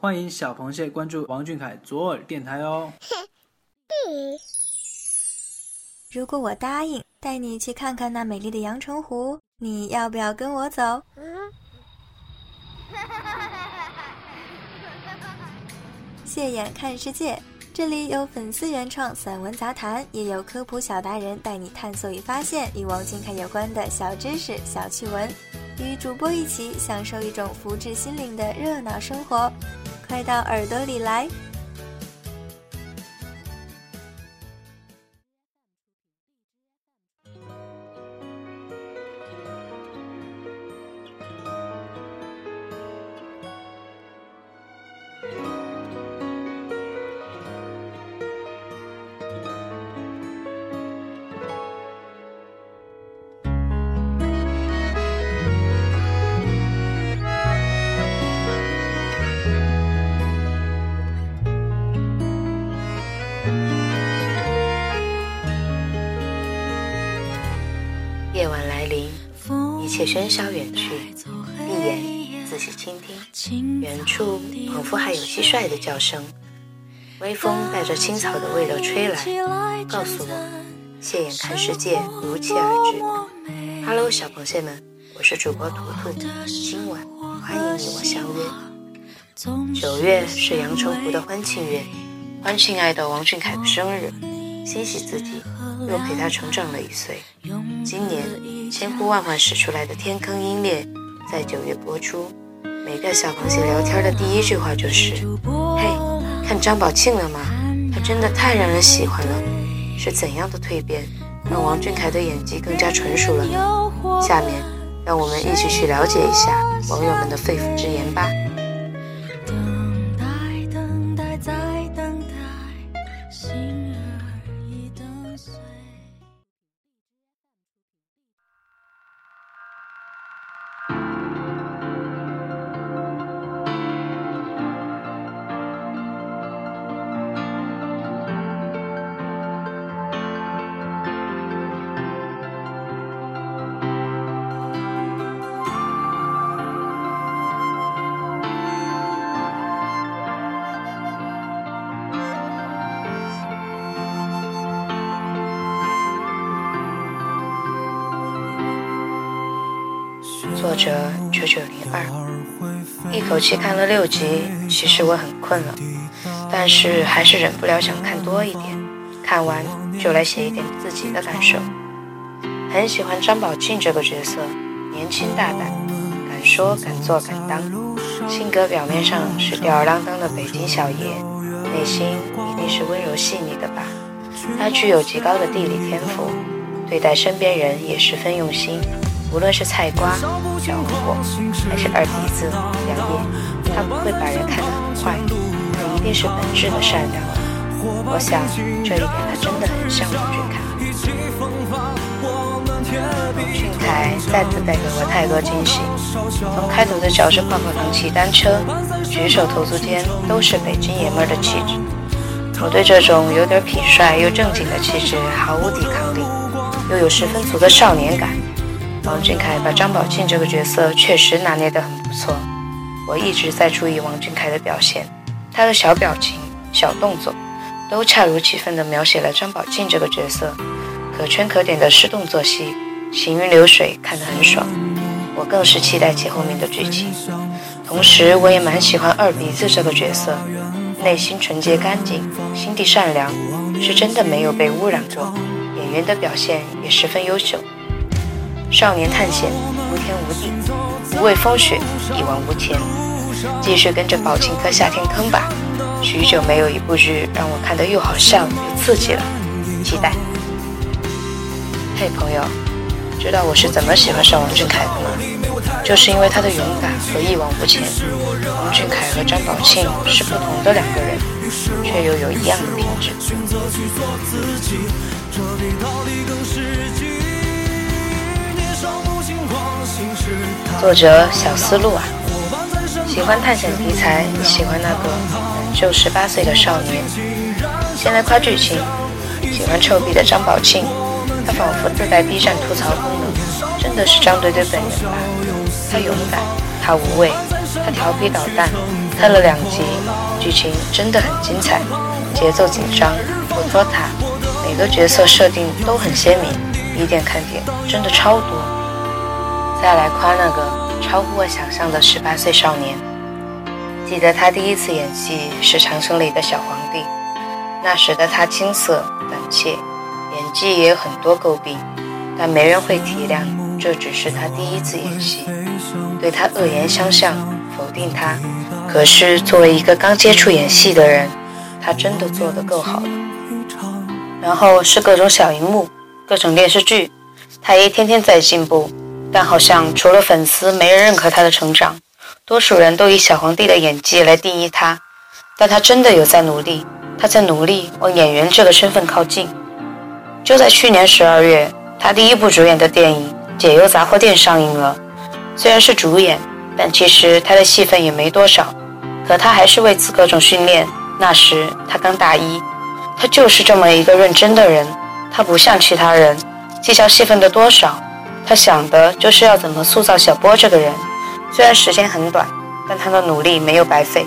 欢迎小螃蟹关注王俊凯左耳电台哦。 如果我答应带你去看看那美丽的阳澄湖，你要不要跟我走？蟹眼看世界，这里有粉丝原创散文杂谈，也有科普小达人带你探索与发现与王俊凯有关的小知识、小趣闻，与主播一起享受一种福至心灵的热闹生活。快到耳朵里来！ 夜晚来临，一切喧嚣远去，闭眼仔细倾听，远处仿佛还有蟋蟀的叫声，微风带着青草的味道吹来，告诉我蟹眼看世界如期而至。Hello 小螃蟹们，我是主播图图，今晚欢迎你我相约。9月是阳澄湖的欢庆月，欢庆爱豆王俊凯的生日，欣喜自己又陪他成长了1岁。今年千呼万唤始出来的天坑鹰猎在9月播出，每个小螃蟹聊天的第一句话就是嘿，看张宝庆了吗？他真的太让人喜欢了，是怎样的蜕变让王俊凯的演技更加纯熟了呢？下面让我们一起去了解一下网友们的肺腑之言吧。作者9902，一口气看了6集，其实我很困了，但是还是忍不了想看多一点，看完就来写一点自己的感受。很喜欢张宝庆这个角色，年轻大胆，敢说敢做敢当，性格表面上是吊儿郎当的北京小爷，内心一定是温柔细腻的吧。他具有极高的地理天赋，对待身边人也十分用心，无论是菜瓜、小伙还是二鼻子、杨野，他不会把人看得很坏，他一定是本质的善良。我想这一点他真的很像王俊凯。王俊凯再次带给我太多惊喜，从开头的嚼着泡泡糖骑单车，举手投足间都是北京爷们儿的气质。我对这种有点痞帅又正经的气质毫无抵抗力，又有十分足的少年感。王俊凯把张宝庆这个角色确实拿捏得很不错，我一直在注意王俊凯的表现，他的小表情、小动作都恰如其分地描写了张宝庆这个角色，可圈可点的是动作戏，行云流水，看得很爽。我更是期待其后面的剧情。同时我也蛮喜欢二鼻子这个角色，内心纯洁干净，心地善良，是真的没有被污染过，演员的表现也十分优秀。少年探险，无天无地，无畏风雪，一往无前。继续跟着宝庆哥下天坑吧，许久没有一部剧让我看得又好笑又刺激了，期待。嘿朋友，知道我是怎么喜欢上王俊凯的吗？就是因为他的勇敢和一往无前。王俊凯和张宝庆是不同的2个人，却又有一样的品质。作者小思路啊，喜欢探险题材，喜欢那个就18岁的少年。先来夸剧情，喜欢臭屁的张宝庆，他仿佛自带 B 站吐槽功能，真的是张怼怼本人吧。他勇敢，他无畏，他调皮捣蛋， 看了2集，剧情真的很精彩，节奏紧张，不拖沓，每个角色设定都很鲜明，疑点看点真的超多。再来夸那个超乎我想象的18岁少年，记得他第一次演戏是《长生》里的小皇帝，那时的他青涩胆怯，演技也有很多诟病，但没人会体谅这只是他第一次演戏，对他恶言相向，否定他。可是作为一个刚接触演戏的人，他真的做得够好了。然后是各种小荧幕，各种电视剧，他也天天在进步，但好像除了粉丝没人认可他的成长，多数人都以小皇帝的演技来定义他。但他真的有在努力，他在努力往演员这个身份靠近。就在去年12月，他第一部主演的电影《解忧杂货店》上映了。虽然是主演，但其实他的戏份也没多少，可他还是为此各种训练。那时他刚大一，他就是这么一个认真的人。他不像其他人计较戏份的多少，他想的就是要怎么塑造小波这个人。虽然时间很短，但他的努力没有白费。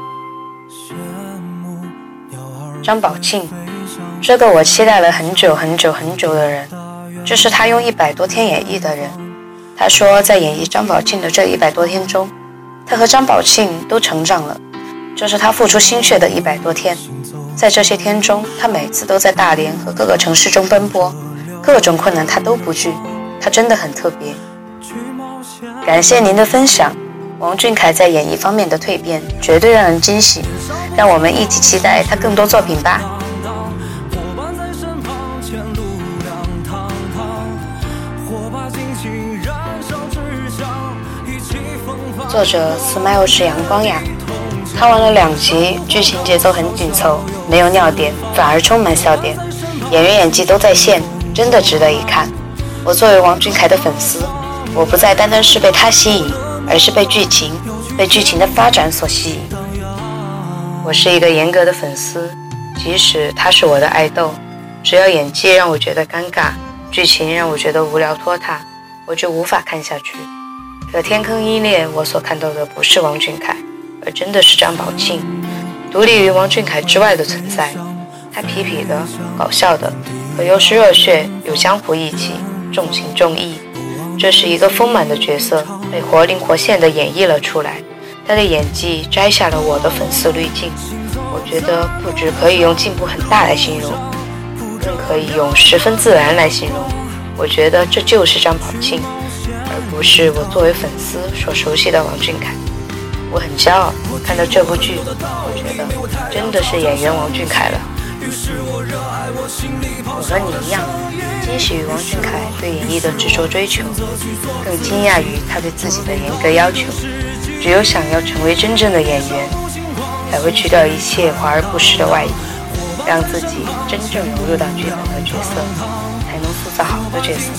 张宝庆，这个我期待了很久很久很久的人，这是他用100多天演绎的人。他说在演绎张宝庆的这100多天中，他和张宝庆都成长了，这是他付出心血的100多天。在这些天中，他每次都在大连和各个城市中奔波，各种困难他都不惧，他真的很特别。感谢您的分享，王俊凯在演艺方面的蜕变绝对让人惊喜，让我们一起期待他更多作品吧。作者 Smile 是阳光呀，看完了2集，剧情节奏很紧凑，没有尿点，反而充满笑点，演员演技都在线，真的值得一看。我作为王俊凯的粉丝，我不再单单是被他吸引，而是被剧情的发展所吸引。我是一个严格的粉丝，即使他是我的爱豆，只要演技让我觉得尴尬，剧情让我觉得无聊拖沓，我就无法看下去。可天坑一猎，我所看到的不是王俊凯，而真的是张宝庆，独立于王俊凯之外的存在。他痞痞的，搞笑的，可又是热血，有江湖义气，重情重义。这是一个丰满的角色，被活灵活现地演绎了出来。他的演技摘下了我的粉丝滤镜，我觉得不只可以用进步很大来形容，更可以用十分自然来形容。我觉得这就是张宝庆，而不是我作为粉丝所熟悉的王俊凯。我很骄傲，看到这部剧，我觉得真的是演员王俊凯了。我和你一样，惊喜于王俊凯对演绎的执着追求，更惊讶于他对自己的严格要求。只有想要成为真正的演员，才会去掉一切华而不实的外衣，让自己真正融入到剧本和角色，才能塑造好的角色。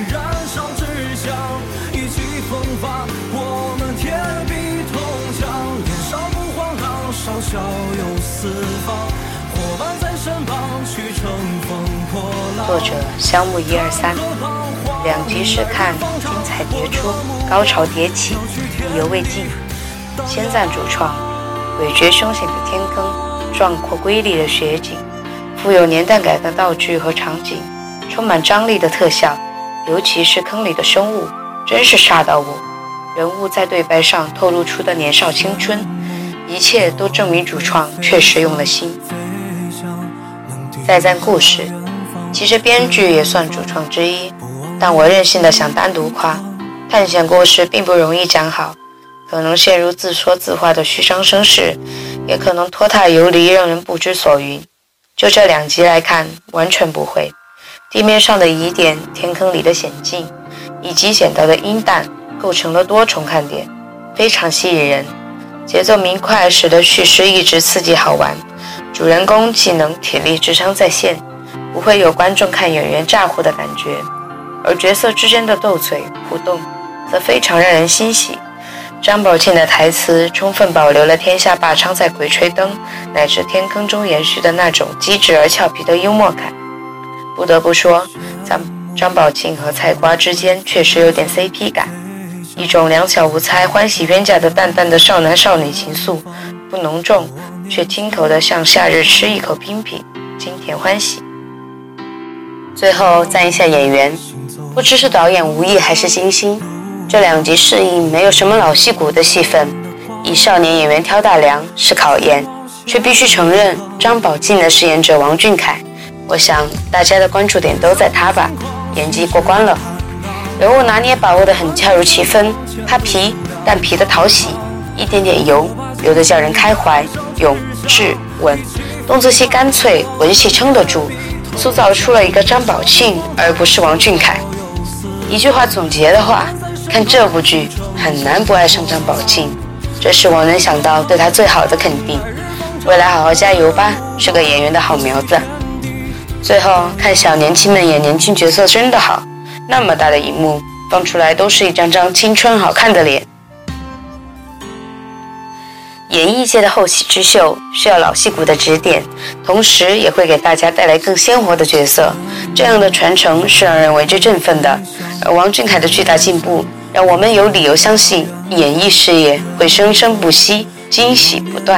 作者香木123，2集时看精彩迭出，高潮迭起，意犹未尽。先赞主创，诡谲凶险的天坑，壮阔瑰丽的雪景，富有年代感的道具和场景，充满张力的特效，尤其是坑里的生物，真是煞到我。人物在对白上透露出的年少青春，一切都证明主创确实用了心。再赞故事，其实编剧也算主创之一，但我任性的想单独夸，探险故事并不容易讲好，可能陷入自说自话的虚张声势，也可能拖沓游离让人不知所云。就这2集来看，完全不会。地面上的疑点，天坑里的险境，以及捡到的阴弹，构成了多重看点，非常吸引人。节奏明快，使得叙事一直刺激好玩，主人公技能体力智商在线，不会有观众看演员咋呼的感觉，而角色之间的斗嘴互动则非常让人欣喜。张宝庆的台词充分保留了天下霸唱在鬼吹灯乃至天坑中延续的那种机智而俏皮的幽默感。不得不说，张宝庆和菜瓜之间确实有点 CP 感。 一种两小无猜、欢喜冤家的淡淡的少男少女情愫，不浓重，却清透的像夏日吃一口冰品，清甜欢喜。最后赞一下演员，不知是导演吴毅还是金星，这2集适应没有什么老戏骨的戏份，以少年演员挑大梁是考验，却必须承认张宝晋的饰演者王俊凯，我想大家的关注点都在他吧，演技过关了，人物拿捏把握得很恰如其分，他皮但皮的讨喜，一点点油的叫人开怀，勇智稳，动作戏干脆，文戏撑得住，塑造出了一个张宝庆而不是王俊凯。一句话总结的话，看这部剧很难不爱上张宝庆，这是我能想到对他最好的肯定，未来好好加油吧，是个演员的好苗子。最后看小年轻们演年轻角色真的好，那么大的荧幕放出来都是一张张青春好看的脸。演艺界的后起之秀需要老戏骨的指点，同时也会给大家带来更鲜活的角色，这样的传承是让人为之振奋的。而王俊凯的巨大进步让我们有理由相信演艺事业会生生不息，惊喜不断。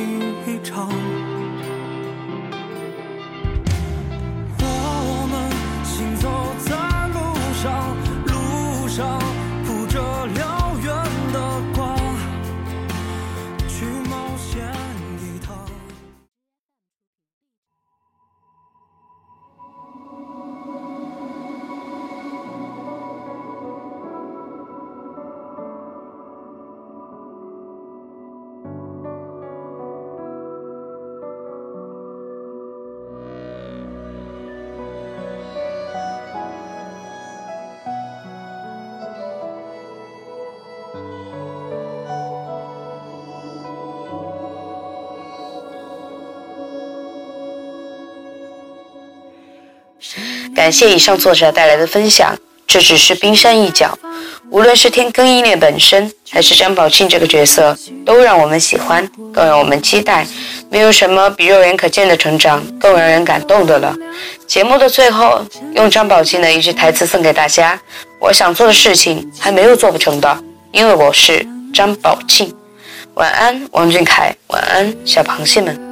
感谢以上作者带来的分享，这只是冰山一角，无论是天坑音乐本身还是张宝庆这个角色，都让我们喜欢，更让我们期待，没有什么比肉眼可见的成长更让人感动的了。节目的最后，用张宝庆的一句台词送给大家，我想做的事情还没有做不成的，因为我是张宝庆。晚安王俊凯，晚安小螃蟹们。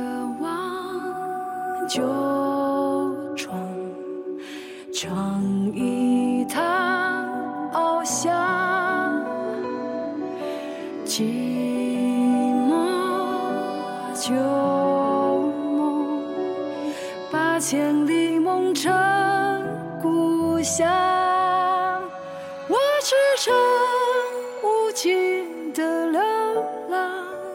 尝一坛翱翔，寂寞旧梦，把千里梦成故乡。我驰骋无尽的流浪，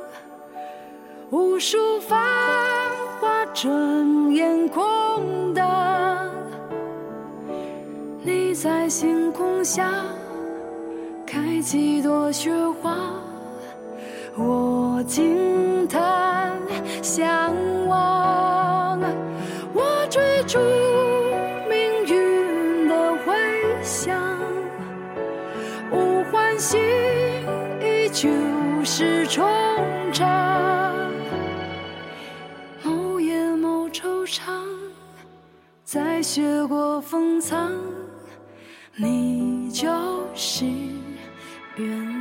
无数繁华睁眼空荡。你在星空下开几朵雪花，我惊叹向往。我追逐命运的回响，无欢喜依旧是惆怅。某夜某惆怅，在雪过风藏，你就是远